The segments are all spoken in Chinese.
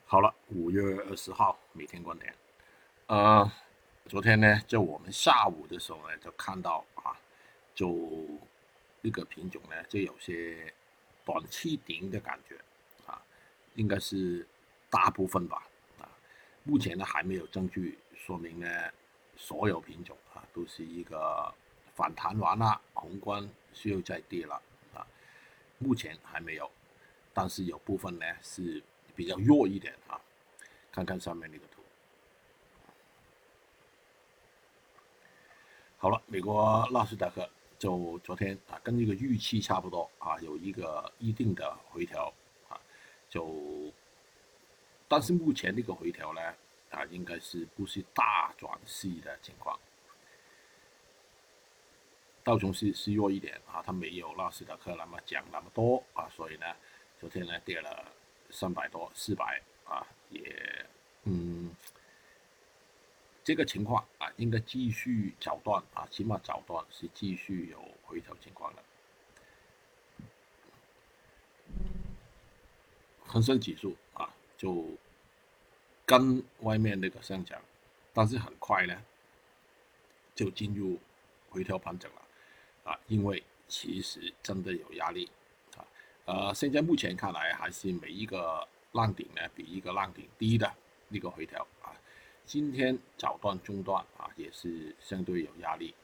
好了，5月20号每天观点。呃，昨天呢，就我们下午的时候呢，就看到就这个品种呢，就有些短期顶的感觉啊，应该是大部分吧啊。目前呢还没有证据说明呢，所有品种都是一个反弹完了，宏观需要再跌了啊。目前还没有，但是有部分呢是比较弱一点啊。看看上面那个图。好了，美国纳斯达克就昨天跟这个预期差不多有一个一定的回调啊，就但是目前这个回调呢应该是不是大转势的情况。道琼斯弱一点它没有纳斯达克那么涨那么多所以呢，昨天呢跌了300多400也嗯这个情况应该继续早段起码早段是继续有回调情况的。恒生指数就跟外面那个上涨，但是很快呢就进入回调盘整了因为其实真的有压力现在目前看来还是每一个浪顶呢比一个浪顶低的一个回调今天早段、中段也是相对有压力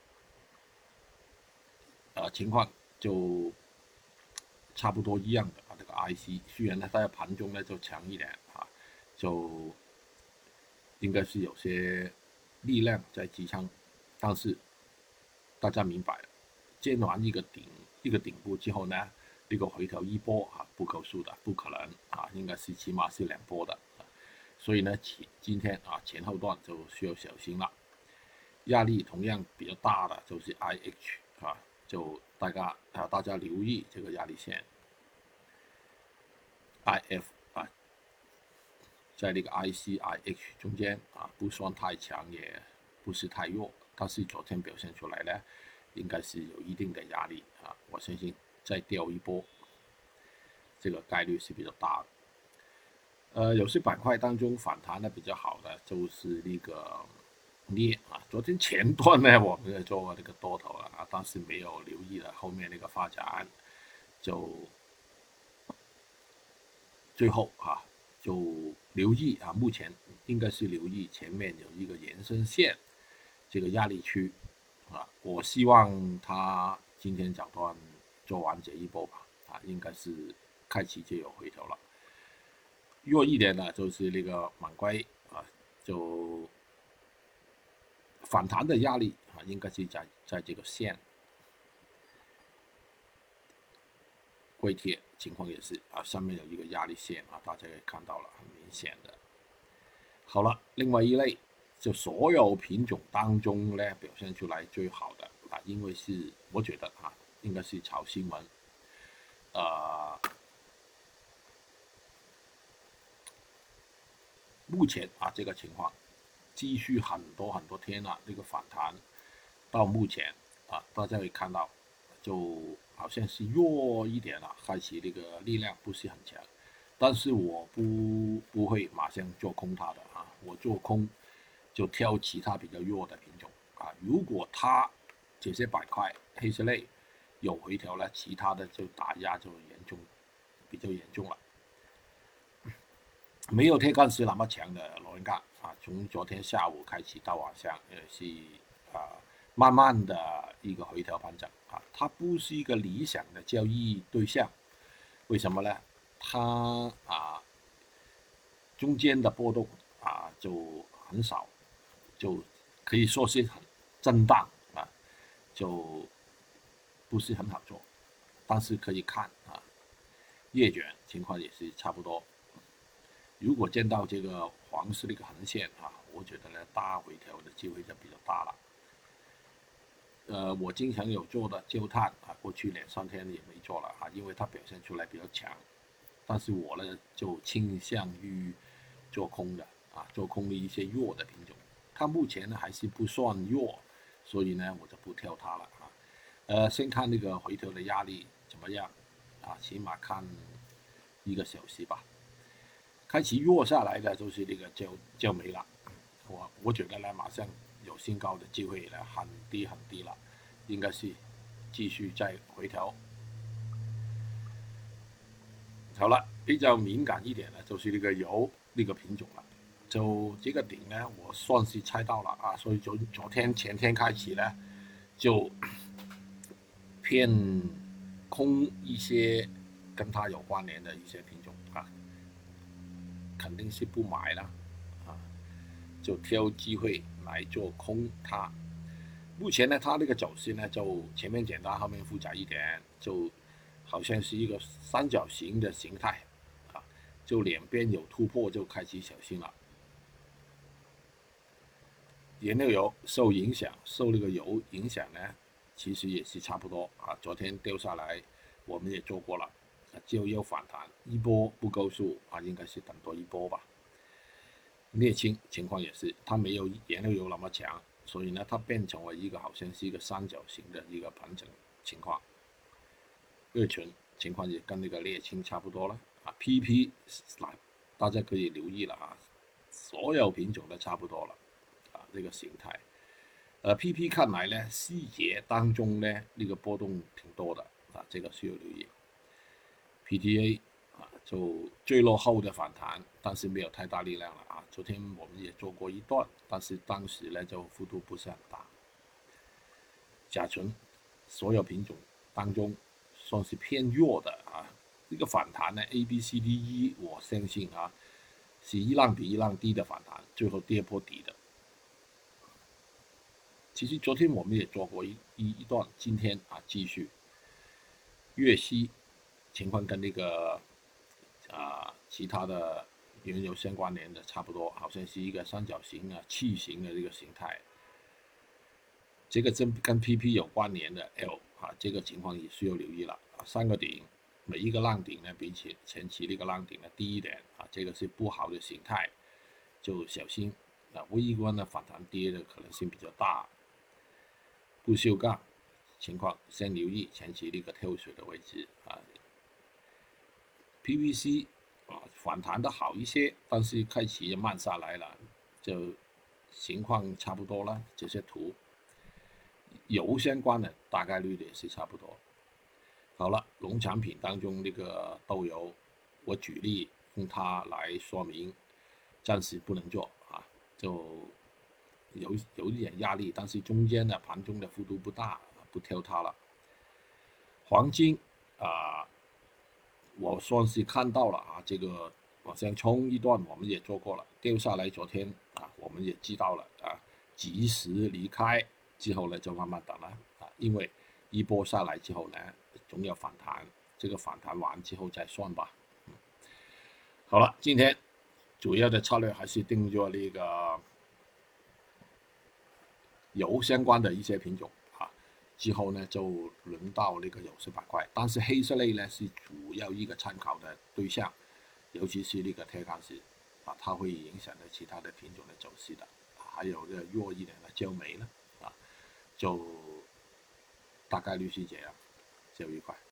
情况就差不多一样的这个 IC 虽然呢它在盘中呢就强一点就应该是有些力量在支撑，但是大家明白，建完一个顶部之后呢，这个回调一波不够数的，不可能应该是起码是两波的所以呢，今天前后段就需要小心了。压力同样比较大的就是 IH 就大家留意这个压力线 IF 在这个 IC、IH 中间不算太强，也不是太弱，但是昨天表现出来呢，应该是有一定的压力我相信再掉一波，这个概率是比较大的。有些板块当中反弹的比较好的就是那个镍昨天前段呢我们也做过这个多头了但是没有留意了后面那个发展，就最后就留意目前应该是留意前面有一个延伸线，这个压力区我希望它今天早段做完这一波吧应该是开启就有回头了。弱一点的就是那个满龟就反弹的压力应该是在这个线。硅铁情况也是上面有一个压力线大家也看到了，很明显的。好了，另外一类就所有品种当中呢表现出来最好的因为是我觉得应该是炒新闻目前这个情况继续很多很多天了，这个反弹到目前大家会看到就好像是弱一点了，开始这个力量不是很强，但是我不会马上做空它的我做空就挑其他比较弱的品种如果它这些板块黑色类有回调了，其他的就打压就比较严重了。没有铁矿石那么强的螺纹钢从昨天下午开始到晚上是慢慢的一个回调盘整它不是一个理想的交易对象。为什么呢？它中间的波动就很少，就可以说是很震荡就不是很好做，但是可以看月卷情况也是差不多。如果见到这个黄色的一个横线我觉得呢大回调的机会就比较大了。我经常有做的焦炭过去2、3天也没做了因为它表现出来比较强，但是我呢就倾向于做空的做空的一些弱的品种，它目前呢还是不算弱，所以呢我就不挑它了先看那个回调的压力怎么样起码看1个小时吧。 开始弱下来的就是这个焦煤了，我觉得呢，马上有新高的机会了，很低很低了，应该是继续再回调。好了，比较敏感一点的就是这个油这个品种了。就这个顶呢，我算是猜到了啊，所以昨天前天开始呢，就偏空一些跟它有关联的一些品种啊，肯定是不买了啊，就挑机会来做空它。目前呢，它那个走势呢，就前面简单，后面复杂一点，就好像是一个三角形的形态啊，就两边有突破就开始小心了。原料油受影响，受那个油影响呢，其实也是差不多啊。昨天掉下来，我们也做过了，就要反弹一波不够数啊，应该是等多一波吧。沥青情况也是，它没有原料油那么强，所以呢，它变成了一个好像是一个三角形的一个盘整情况。二醇情况也跟那个沥青差不多了啊。PP 大家可以留意了啊，所有品种都差不多了。这个形态。PP 看来呢，细节当中呢，那个波动挺多的啊，这个需要留意。PTA 啊，就最落后的反弹，但是没有太大力量了啊。昨天我们也做过一段，但是当时呢就幅度不是很大。甲醇所有品种当中算是偏弱的啊，这个反弹呢 ，ABCDE 我相信啊，是一浪比一浪低的反弹，最后跌破底的。其实昨天我们也做过一段，今天啊继续。粤西情况跟那个其他的原油相关联的差不多，好像是一个三角形啊器形的这个形态。这个真跟 PP 有关联的 L 啊，这个情况也需要留意了啊。三个顶，每一个浪顶呢比起前期那个浪顶呢低一点啊，这个是不好的形态，就小心啊。微观的反弹跌的可能性比较大。不锈钢情况先留意前期那个跳水的位置啊。PVC 啊反弹的好一些，但是开始慢下来了，就情况差不多了。这些图油相关的大概率也是差不多。好了，农产品当中那个豆油，我举例用它来说明，暂时不能做啊，就有一点压力，但是中间的盘中的幅度不大，不挑它了。黄金啊，我算是看到了啊，这个往上冲一段，我们也做过了，掉下来昨天啊，我们也知道了啊，及时离开之后呢，就慢慢等了啊，因为一波下来之后呢，总有反弹，这个反弹完之后再算吧。好了，今天主要的策略还是定做那个油相关的一些品种啊，之后呢就轮到那个有色板块，但是黑色类呢是主要一个参考的对象，尤其是那个铁矿石啊，它会影响到其他的品种的走势的，还有这弱一点的焦煤呢啊，就大概率是这样，就愉快。